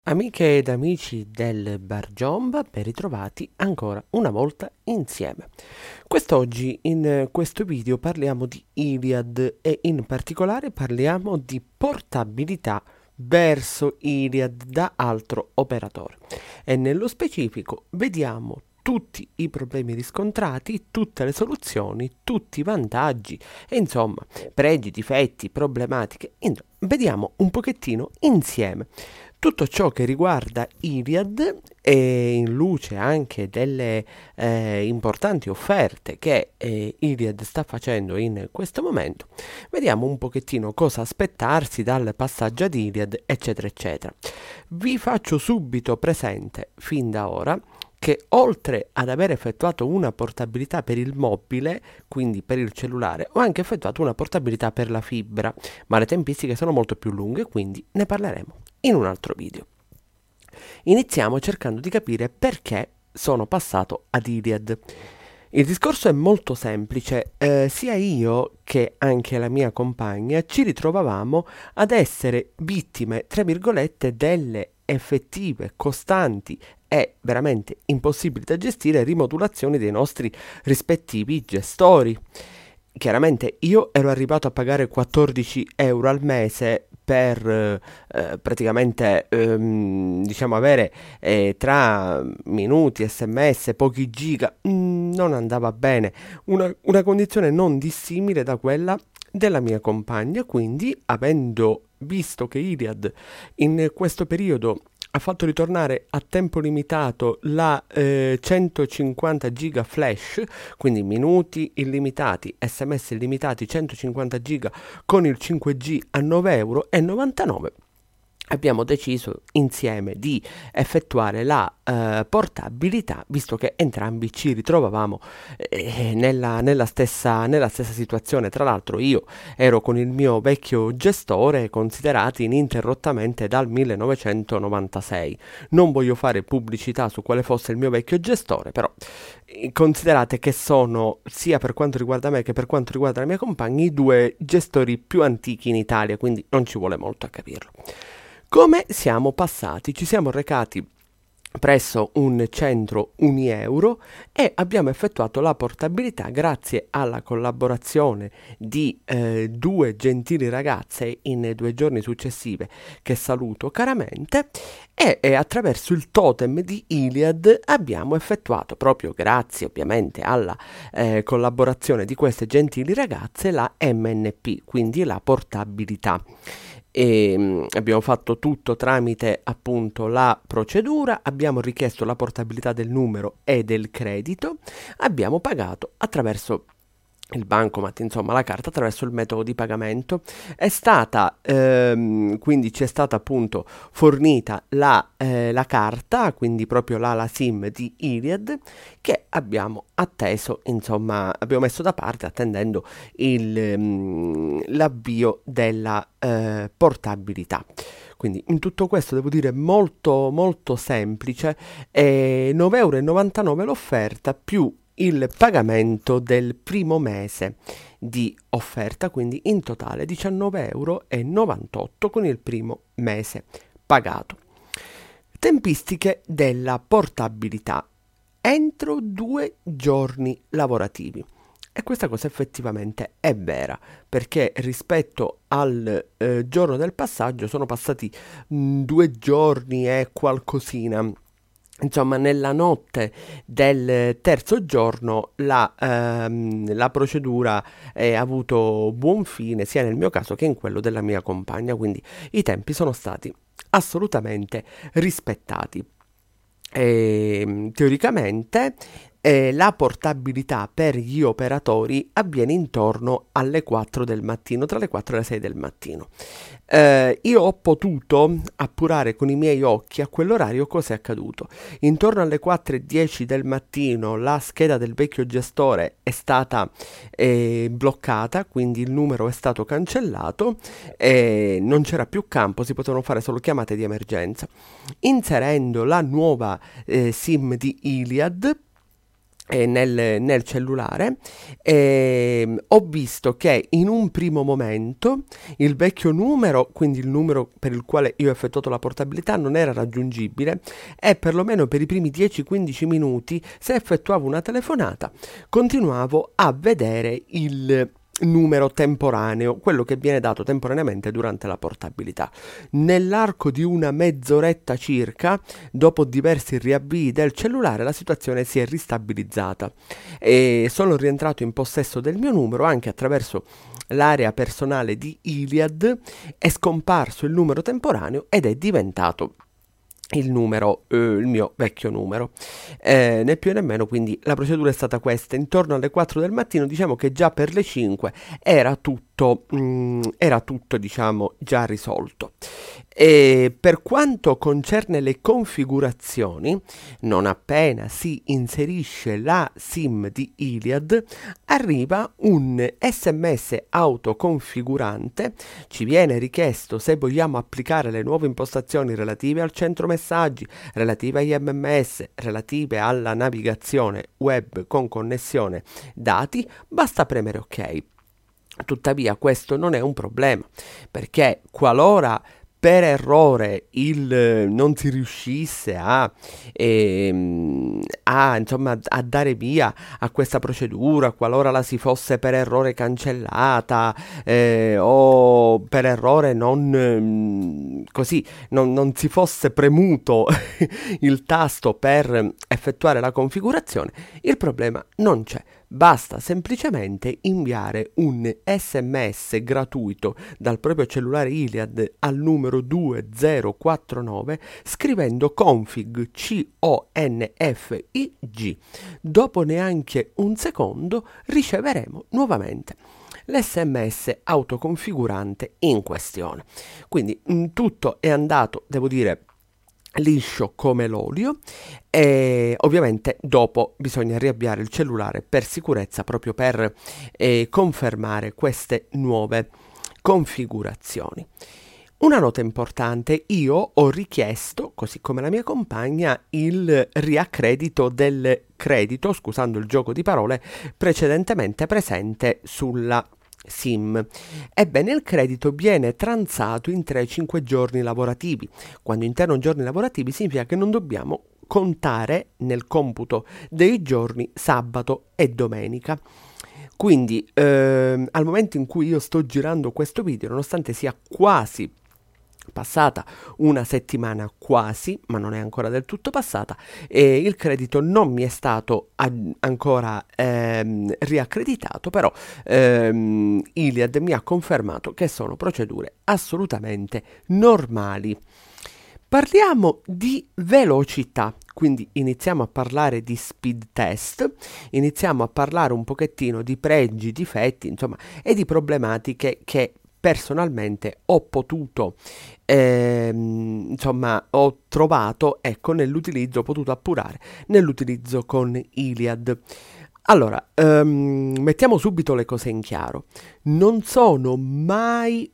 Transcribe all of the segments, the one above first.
Amiche ed amici del Bar Giomba, ben ritrovati ancora una volta insieme. Quest'oggi in questo video parliamo di Iliad e in particolare parliamo di portabilità verso Iliad da altro operatore e nello specifico vediamo tutti i problemi riscontrati, tutte le soluzioni, tutti i vantaggi e insomma pregi, difetti, problematiche. Vediamo un pochettino insieme tutto ciò che riguarda Iliad e in luce anche delle importanti offerte che Iliad sta facendo in questo momento, vediamo un pochettino cosa aspettarsi dal passaggio ad Iliad, eccetera, eccetera. Vi faccio subito presente, fin da ora, che oltre ad aver effettuato una portabilità per il mobile, quindi per il cellulare, ho anche effettuato una portabilità per la fibra, ma le tempistiche sono molto più lunghe, quindi ne parleremo in un altro video. Iniziamo cercando di capire perché sono passato ad Iliad. Il discorso è molto semplice, sia io che anche la mia compagna ci ritrovavamo ad essere vittime, tra virgolette, delle effettive, costanti e veramente impossibili da gestire rimodulazioni dei nostri rispettivi gestori. Chiaramente io ero arrivato a pagare 14 euro al mese per praticamente diciamo avere tra minuti, sms, pochi giga, non andava bene, una condizione non dissimile da quella della mia compagna, quindi avendo visto che Iliad in questo periodo ha fatto ritornare a tempo limitato la 150 giga flash, quindi minuti illimitati, sms illimitati, 150 giga con il 5G a 9,99 €. Abbiamo deciso insieme di effettuare la portabilità, visto che entrambi ci ritrovavamo nella stessa situazione. Tra l'altro io ero con il mio vecchio gestore, considerati ininterrottamente dal 1996. Non voglio fare pubblicità su quale fosse il mio vecchio gestore, però considerate che sono, sia per quanto riguarda me che per quanto riguarda la mia compagna, i due gestori più antichi in Italia, quindi non ci vuole molto a capirlo. Come siamo passati? Ci siamo recati presso un centro Unieuro e abbiamo effettuato la portabilità grazie alla collaborazione di due gentili ragazze in 2 giorni successive, che saluto caramente, e attraverso il totem di Iliad abbiamo effettuato, proprio grazie ovviamente alla collaborazione di queste gentili ragazze, la MNP, quindi la portabilità. E abbiamo fatto tutto tramite appunto la procedura, abbiamo richiesto la portabilità del numero e del credito, abbiamo pagato attraverso il bancomat, insomma la carta, attraverso il metodo di pagamento. È stata quindi ci è stata appunto fornita la carta, quindi proprio la SIM di Iliad, che abbiamo atteso, insomma abbiamo messo da parte attendendo l'avvio della portabilità. Quindi in tutto questo devo dire molto molto semplice, 9,99 € l'offerta più il pagamento del primo mese di offerta, quindi in totale 19,98 € con il primo mese pagato. Tempistiche della portabilità: entro 2 giorni lavorativi. E questa cosa effettivamente è vera, perché rispetto al giorno del passaggio sono passati 2 giorni e qualcosina. Insomma, nella notte del terzo giorno la procedura ha avuto buon fine, sia nel mio caso che in quello della mia compagna, quindi i tempi sono stati assolutamente rispettati. Teoricamente la portabilità per gli operatori avviene intorno alle 4 del mattino, tra le 4 e le 6 del mattino. Io ho potuto appurare con i miei occhi a quell'orario cosa è accaduto. Intorno alle 4:10 del mattino la scheda del vecchio gestore è stata bloccata, quindi il numero è stato cancellato, non c'era più campo, si potevano fare solo chiamate di emergenza. Inserendo la nuova SIM di Iliad, nel cellulare, ho visto che in un primo momento il vecchio numero, quindi il numero per il quale io ho effettuato la portabilità, non era raggiungibile, e perlomeno per i primi 10-15 minuti, se effettuavo una telefonata, continuavo a vedere il numero temporaneo, quello che viene dato temporaneamente durante la portabilità. Nell'arco di una mezz'oretta circa, dopo diversi riavvii del cellulare, la situazione si è ristabilizzata e sono rientrato in possesso del mio numero anche attraverso l'area personale di Iliad. È scomparso il numero temporaneo ed è diventato il mio vecchio numero, né più né meno. Quindi la procedura è stata questa: intorno alle 4 del mattino, diciamo che già per le 5 era tutto diciamo già risolto. E per quanto concerne le configurazioni, non appena si inserisce la SIM di Iliad, arriva un SMS autoconfigurante. Ci viene richiesto se vogliamo applicare le nuove impostazioni relative al centro messaggi, relative agli MMS, relative alla navigazione web con connessione dati. Basta premere OK. Tuttavia questo non è un problema, perché qualora per errore non si riuscisse insomma, a dare via a questa procedura, qualora la si fosse per errore cancellata, o per errore non si fosse premuto il tasto per effettuare la configurazione, il problema non c'è. Basta semplicemente inviare un SMS gratuito dal proprio cellulare Iliad al numero 2049 scrivendo config CONFIG. Dopo neanche un secondo riceveremo nuovamente l'SMS autoconfigurante in questione. Quindi tutto è andato, devo dire, liscio come l'olio, e ovviamente dopo bisogna riavviare il cellulare per sicurezza, proprio per confermare queste nuove configurazioni. Una nota importante: io ho richiesto, così come la mia compagna, il riaccredito del credito, scusando il gioco di parole, precedentemente presente sulla SIM. Ebbene, il credito viene transato in 3-5 giorni lavorativi. Quando intendo giorni lavorativi significa che non dobbiamo contare nel computo dei giorni sabato e domenica. Quindi al momento in cui io sto girando questo video, nonostante sia quasi passata una settimana, quasi, ma non è ancora del tutto passata, e il credito non mi è stato ancora riaccreditato, però Iliad mi ha confermato che sono procedure assolutamente normali. Parliamo di velocità, quindi iniziamo a parlare di speed test, iniziamo a parlare un pochettino di pregi, difetti, insomma, e di problematiche che personalmente ho potuto, ho trovato, ecco, ho potuto appurare nell'utilizzo con Iliad. Allora, mettiamo subito le cose in chiaro. Non sono mai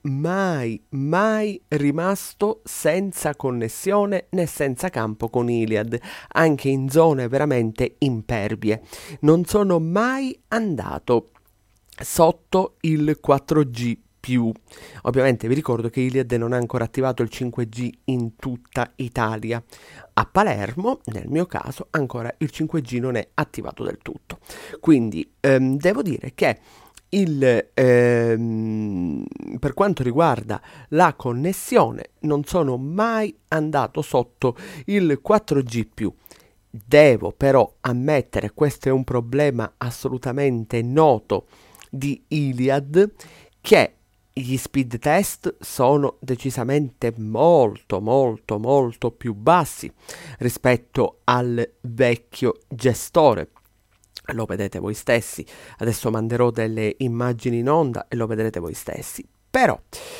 rimasto senza connessione né senza campo con Iliad, anche in zone veramente impervie. Non sono mai andato sotto il 4G+. Ovviamente vi ricordo che Iliad non ha ancora attivato il 5G in tutta Italia. A Palermo, nel mio caso, ancora il 5G non è attivato del tutto. Quindi devo dire che per quanto riguarda la connessione, non sono mai andato sotto il 4G+. Devo però ammettere, questo è un problema assolutamente noto di Iliad, che gli speed test sono decisamente molto più bassi rispetto al vecchio gestore. Lo vedete voi stessi. Adesso manderò delle immagini in onda e lo vedrete voi stessi. Però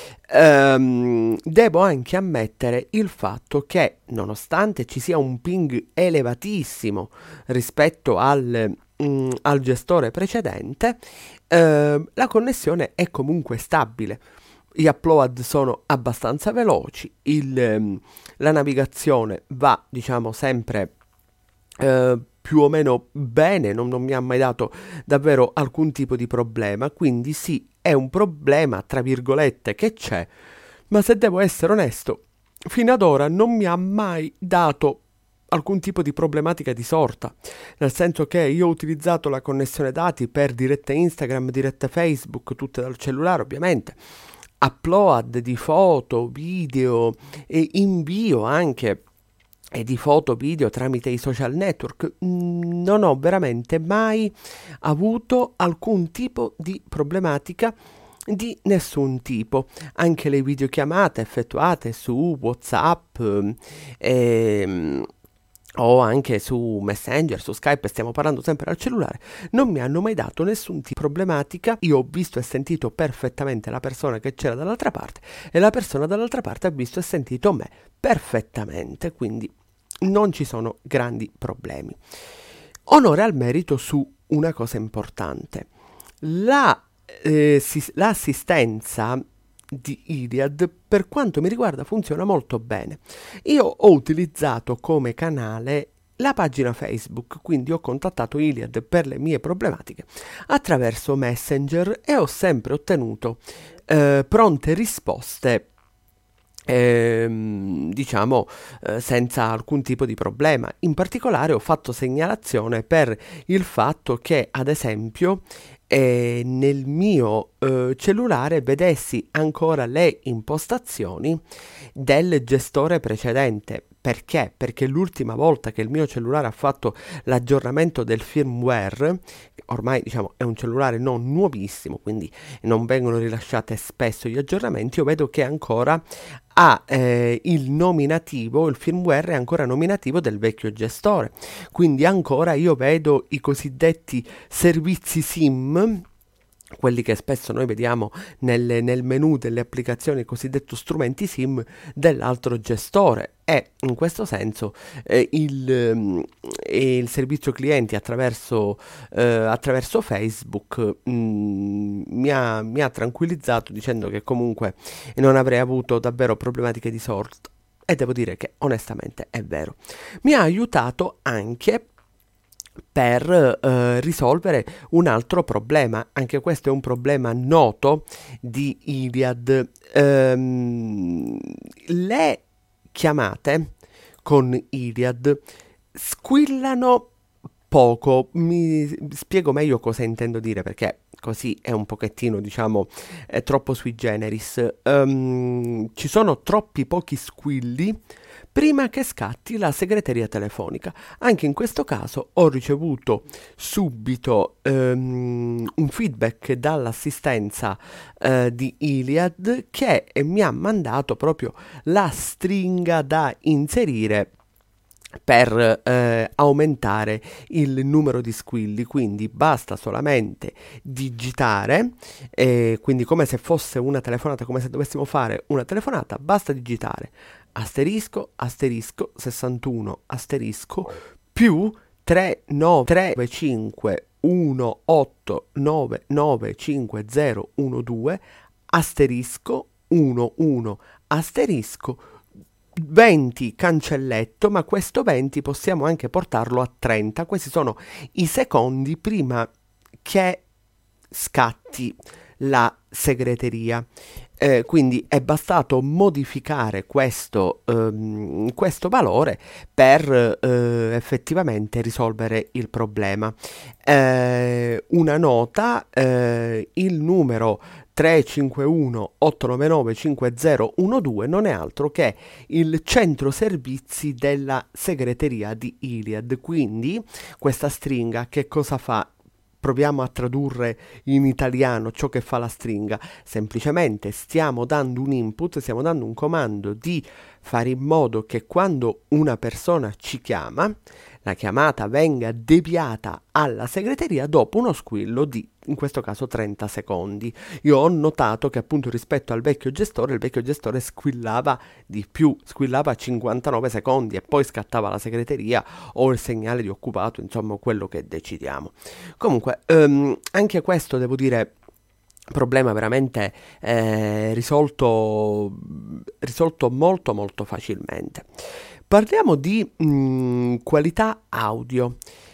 devo anche ammettere il fatto che, nonostante ci sia un ping elevatissimo rispetto al gestore precedente, la connessione è comunque stabile. Gli upload sono abbastanza veloci, la navigazione va, diciamo, sempre più o meno bene, non mi ha mai dato davvero alcun tipo di problema, quindi sì, è un problema, tra virgolette, che c'è, ma se devo essere onesto, fino ad ora non mi ha mai dato alcun tipo di problematica di sorta, nel senso che io ho utilizzato la connessione dati per dirette Instagram, dirette Facebook, tutte dal cellulare ovviamente, upload di foto, video e invio anche di foto, video tramite i social network. Non ho veramente mai avuto alcun tipo di problematica di nessun tipo. Anche le videochiamate effettuate su WhatsApp o anche su Messenger, su Skype, stiamo parlando sempre al cellulare, non mi hanno mai dato nessun tipo di problematica. Io ho visto e sentito perfettamente la persona che c'era dall'altra parte e la persona dall'altra parte ha visto e sentito me perfettamente, quindi non ci sono grandi problemi. Onore al merito su una cosa importante. L'assistenza di Iliad, per quanto mi riguarda, funziona molto bene. Io ho utilizzato come canale la pagina Facebook, quindi ho contattato Iliad per le mie problematiche attraverso Messenger e ho sempre ottenuto pronte risposte, senza alcun tipo di problema. In particolare ho fatto segnalazione per il fatto che, ad esempio, nel mio cellulare vedessi ancora le impostazioni del gestore precedente. Perché? Perché l'ultima volta che il mio cellulare ha fatto l'aggiornamento del firmware, ormai diciamo è un cellulare non nuovissimo, quindi non vengono rilasciate spesso gli aggiornamenti, io vedo che ancora ha il nominativo, il firmware è ancora nominativo del vecchio gestore, quindi ancora io vedo i cosiddetti servizi SIM, quelli che spesso noi vediamo nel menu delle applicazioni, cosiddetto strumenti SIM dell'altro gestore, e in questo senso il servizio clienti attraverso Facebook mi ha tranquillizzato dicendo che comunque non avrei avuto davvero problematiche di sorta, e devo dire che onestamente è vero. Mi ha aiutato anche per risolvere un altro problema. Anche questo è un problema noto di Iliad. Le chiamate con Iliad squillano poco. Mi spiego meglio cosa intendo dire, perché così è un pochettino, diciamo, è troppo sui generis. Ci sono troppi pochi squilli prima che scatti la segreteria telefonica. Anche in questo caso ho ricevuto subito un feedback dall'assistenza di Iliad, che mi ha mandato proprio la stringa da inserire per aumentare il numero di squilli. Quindi basta solamente digitare, quindi come se fosse una telefonata, come se dovessimo fare una telefonata, basta digitare asterisco asterisco 61 asterisco più 3935 18995012 asterisco 11 asterisco 20 cancelletto, ma questo 20 possiamo anche portarlo a 30. Questi sono i secondi prima che scatti la segreteria. Quindi è bastato modificare questo valore per effettivamente risolvere il problema. Una nota, il numero 351 899 5012 non è altro che il centro servizi della segreteria di Iliad. Quindi questa stringa che cosa fa? Proviamo a tradurre in italiano ciò che fa la stringa. Semplicemente stiamo dando un input, stiamo dando un comando di fare in modo che quando una persona ci chiama, la chiamata venga deviata alla segreteria dopo uno squillo di, in questo caso, 30 secondi. Io ho notato che appunto rispetto al vecchio gestore, il vecchio gestore squillava di più, squillava 59 secondi e poi scattava la segreteria o il segnale di occupato, insomma quello che decidiamo. Comunque, anche questo devo dire, problema veramente risolto molto molto facilmente. Parliamo di qualità audio.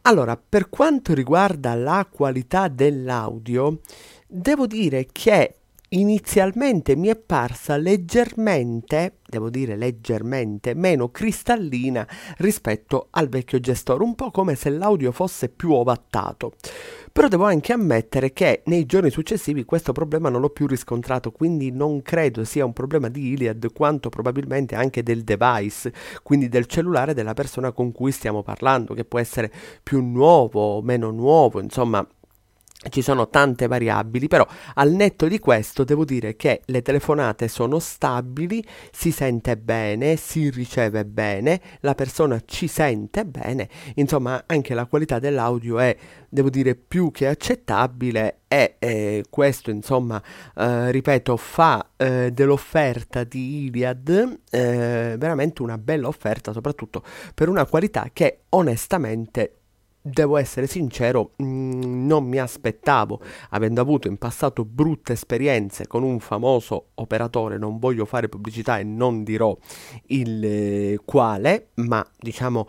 Allora, per quanto riguarda la qualità dell'audio, devo dire che inizialmente mi è parsa leggermente, devo dire leggermente, meno cristallina rispetto al vecchio gestore, un po' come se l'audio fosse più ovattato. Però devo anche ammettere che nei giorni successivi questo problema non l'ho più riscontrato, quindi non credo sia un problema di Iliad quanto probabilmente anche del device, quindi del cellulare della persona con cui stiamo parlando, che può essere più nuovo o meno nuovo, insomma. Ci sono tante variabili, però al netto di questo devo dire che le telefonate sono stabili, si sente bene, si riceve bene, la persona ci sente bene, insomma anche la qualità dell'audio è, devo dire, più che accettabile e questo insomma, ripeto, fa dell'offerta di Iliad veramente una bella offerta, soprattutto per una qualità che onestamente devo essere sincero, non mi aspettavo, avendo avuto in passato brutte esperienze con un famoso operatore, non voglio fare pubblicità e non dirò il quale, ma diciamo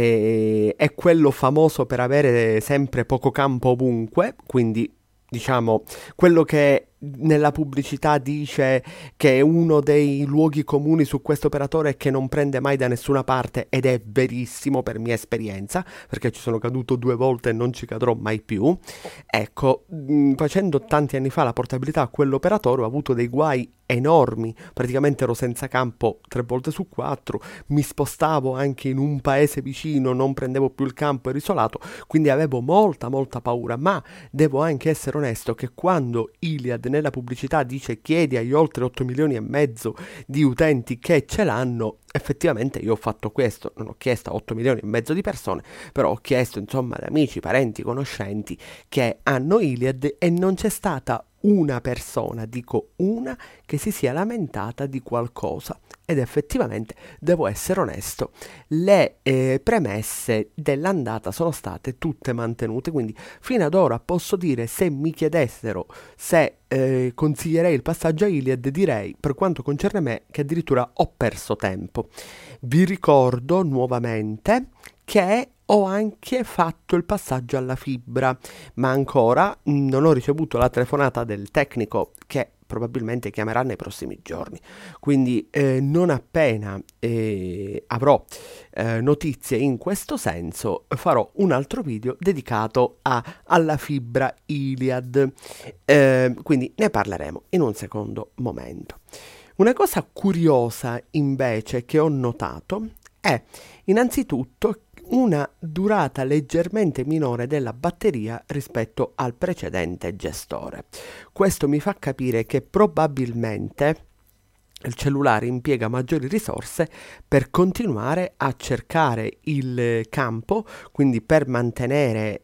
è quello famoso per avere sempre poco campo ovunque, quindi diciamo quello che nella pubblicità dice che è uno dei luoghi comuni su questo operatore è che non prende mai da nessuna parte, ed è verissimo per mia esperienza, perché ci sono caduto 2 volte e non ci cadrò mai più. Ecco, facendo tanti anni fa la portabilità a quell'operatore ho avuto dei guai enormi, praticamente ero senza campo 3 volte su 4, mi spostavo anche in un paese vicino, non prendevo più il campo, ero isolato, quindi avevo molta paura, ma devo anche essere onesto che quando Iliad nella pubblicità dice chiedi agli oltre 8 milioni e mezzo di utenti che ce l'hanno, effettivamente io ho fatto questo, non ho chiesto a 8 milioni e mezzo di persone, però ho chiesto insomma ad amici, parenti, conoscenti che hanno Iliad e non c'è stata una persona, dico una, che si sia lamentata di qualcosa. Ed effettivamente, devo essere onesto, le premesse dell'andata sono state tutte mantenute, quindi fino ad ora posso dire, se mi chiedessero se consiglierei il passaggio a Iliad, direi, per quanto concerne me, che addirittura ho perso tempo. Vi ricordo nuovamente che ho anche fatto il passaggio alla fibra, ma ancora non ho ricevuto la telefonata del tecnico che probabilmente chiamerà nei prossimi giorni. Quindi non appena avrò notizie in questo senso, farò un altro video dedicato alla fibra Iliad. Quindi ne parleremo in un secondo momento. Una cosa curiosa invece che ho notato è innanzitutto una durata leggermente minore della batteria rispetto al precedente gestore. Questo mi fa capire che probabilmente il cellulare impiega maggiori risorse per continuare a cercare il campo, quindi per mantenere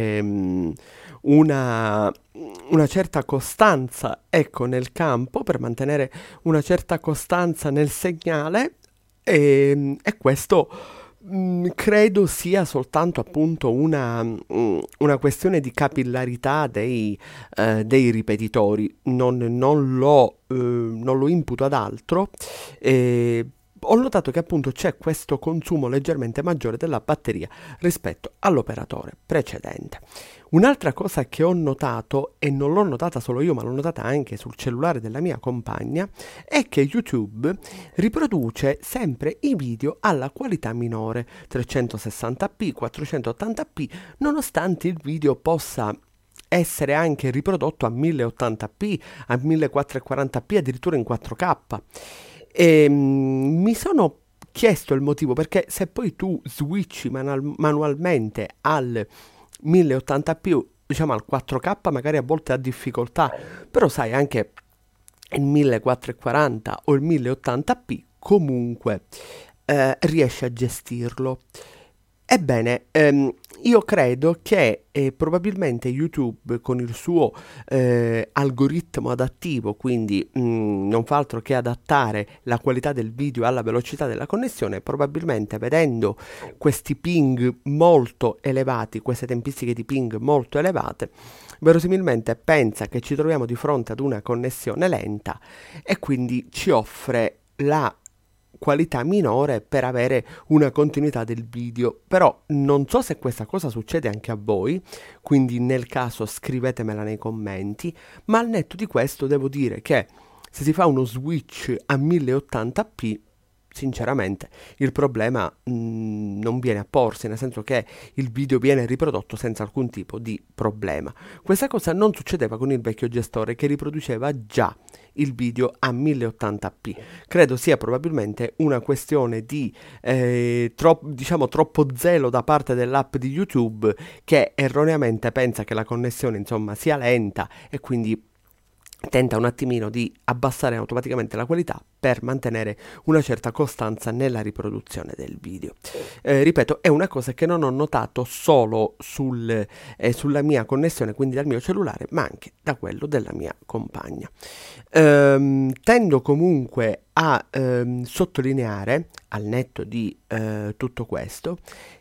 una certa costanza, ecco, nel campo, per mantenere una certa costanza nel segnale, e questo credo sia soltanto appunto una questione di capillarità dei ripetitori, non lo imputo ad altro. Ho notato che appunto c'è questo consumo leggermente maggiore della batteria rispetto all'operatore precedente. Un'altra cosa che ho notato, e non l'ho notata solo io, ma l'ho notata anche sul cellulare della mia compagna, è che YouTube riproduce sempre i video alla qualità minore, 360p, 480p, nonostante il video possa essere anche riprodotto a 1080p, a 1440p, addirittura in 4K. E mi sono chiesto il motivo, perché se poi tu switchi manualmente al 1080p, diciamo al 4K, magari a volte ha difficoltà, però sai, anche il 1440 o il 1080p comunque riesce a gestirlo. Ebbene, io credo che probabilmente YouTube, con il suo algoritmo adattivo, quindi non fa altro che adattare la qualità del video alla velocità della connessione, probabilmente vedendo questi ping molto elevati, queste tempistiche di ping molto elevate, verosimilmente pensa che ci troviamo di fronte ad una connessione lenta e quindi ci offre la qualità minore per avere una continuità del video. Però non so se questa cosa succede anche a voi, quindi nel caso scrivetemela nei commenti, ma al netto di questo devo dire che se si fa uno switch a 1080p, sinceramente il problema non viene a porsi, nel senso che il video viene riprodotto senza alcun tipo di problema. Questa cosa non succedeva con il vecchio gestore, che riproduceva già il video a 1080p. Credo sia probabilmente una questione di troppo zelo da parte dell'app di YouTube, che erroneamente pensa che la connessione insomma sia lenta e quindi tenta un attimino di abbassare automaticamente la qualità per mantenere una certa costanza nella riproduzione del video. Ripeto, è una cosa che non ho notato solo sulla mia connessione, quindi dal mio cellulare, ma anche da quello della mia compagna. Tendo comunque a sottolineare, al netto di tutto questo,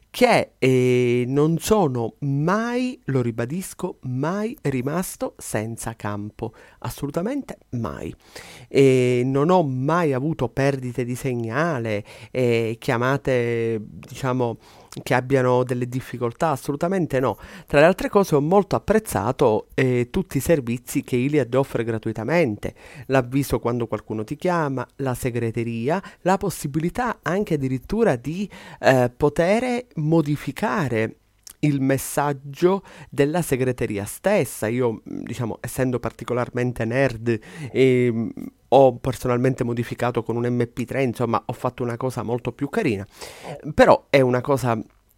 che non sono mai, lo ribadisco, mai rimasto senza campo, assolutamente mai. E non ho mai avuto perdite di segnale, chiamate, diciamo, che abbiano delle difficoltà, assolutamente no. Tra le altre cose ho molto apprezzato tutti i servizi che Iliad offre gratuitamente: l'avviso quando qualcuno ti chiama, la segreteria, la possibilità anche addirittura di poter modificare il messaggio della segreteria stessa. Io, diciamo, essendo particolarmente nerd, ho personalmente modificato con un MP3, insomma, ho fatto una cosa molto più carina, però è una cosa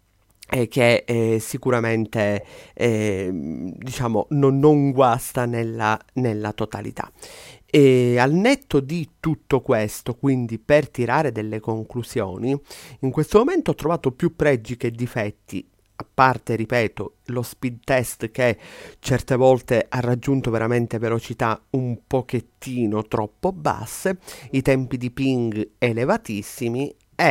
che sicuramente diciamo non guasta nella totalità. E al netto di tutto questo, quindi per tirare delle conclusioni, in questo momento ho trovato più pregi che difetti, a parte, ripeto, lo speed test che certe volte ha raggiunto veramente velocità un pochettino troppo basse, i tempi di ping elevatissimi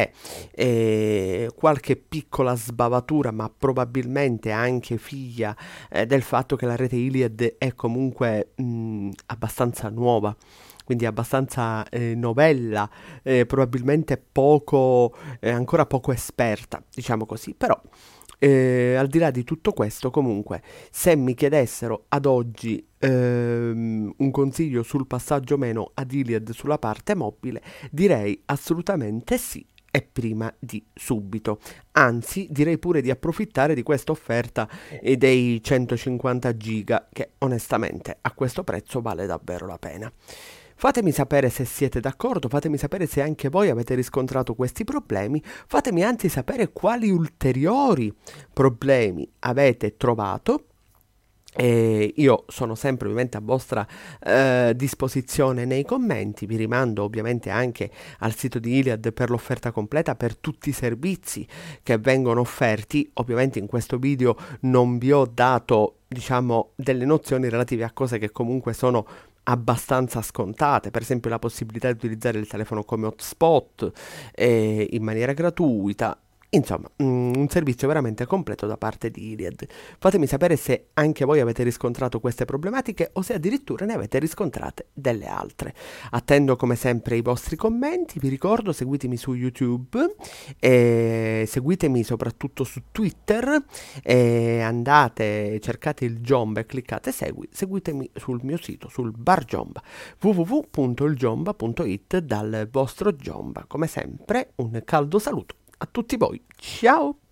e qualche piccola sbavatura, ma probabilmente anche figlia del fatto che la rete Iliad è comunque abbastanza nuova, quindi abbastanza novella, probabilmente ancora poco esperta, diciamo così. Però al di là di tutto questo, comunque, se mi chiedessero ad oggi un consiglio sul passaggio o meno ad Iliad sulla parte mobile, direi assolutamente sì, e prima di subito. Anzi, direi pure di approfittare di questa offerta e dei 150 giga, che onestamente a questo prezzo vale davvero la pena. Fatemi sapere se siete d'accordo, fatemi sapere se anche voi avete riscontrato questi problemi, fatemi anzi sapere quali ulteriori problemi avete trovato. Io sono sempre ovviamente a vostra disposizione nei commenti. Vi rimando ovviamente anche al sito di Iliad per l'offerta completa, per tutti i servizi che vengono offerti. Ovviamente in questo video non vi ho dato, diciamo, delle nozioni relative a cose che comunque sono abbastanza scontate, per esempio la possibilità di utilizzare il telefono come hotspot in maniera gratuita. Insomma, un servizio veramente completo da parte di Iliad. Fatemi sapere se anche voi avete riscontrato queste problematiche o se addirittura ne avete riscontrate delle altre. Attendo come sempre i vostri commenti, vi ricordo, seguitemi su YouTube, seguitemi soprattutto su Twitter, andate, cercate il Giomba e cliccate segui, seguitemi sul mio sito, sul bar Giomba, www.ilgiomba.it dal vostro Giomba. Come sempre, un caldo saluto a tutti voi, ciao!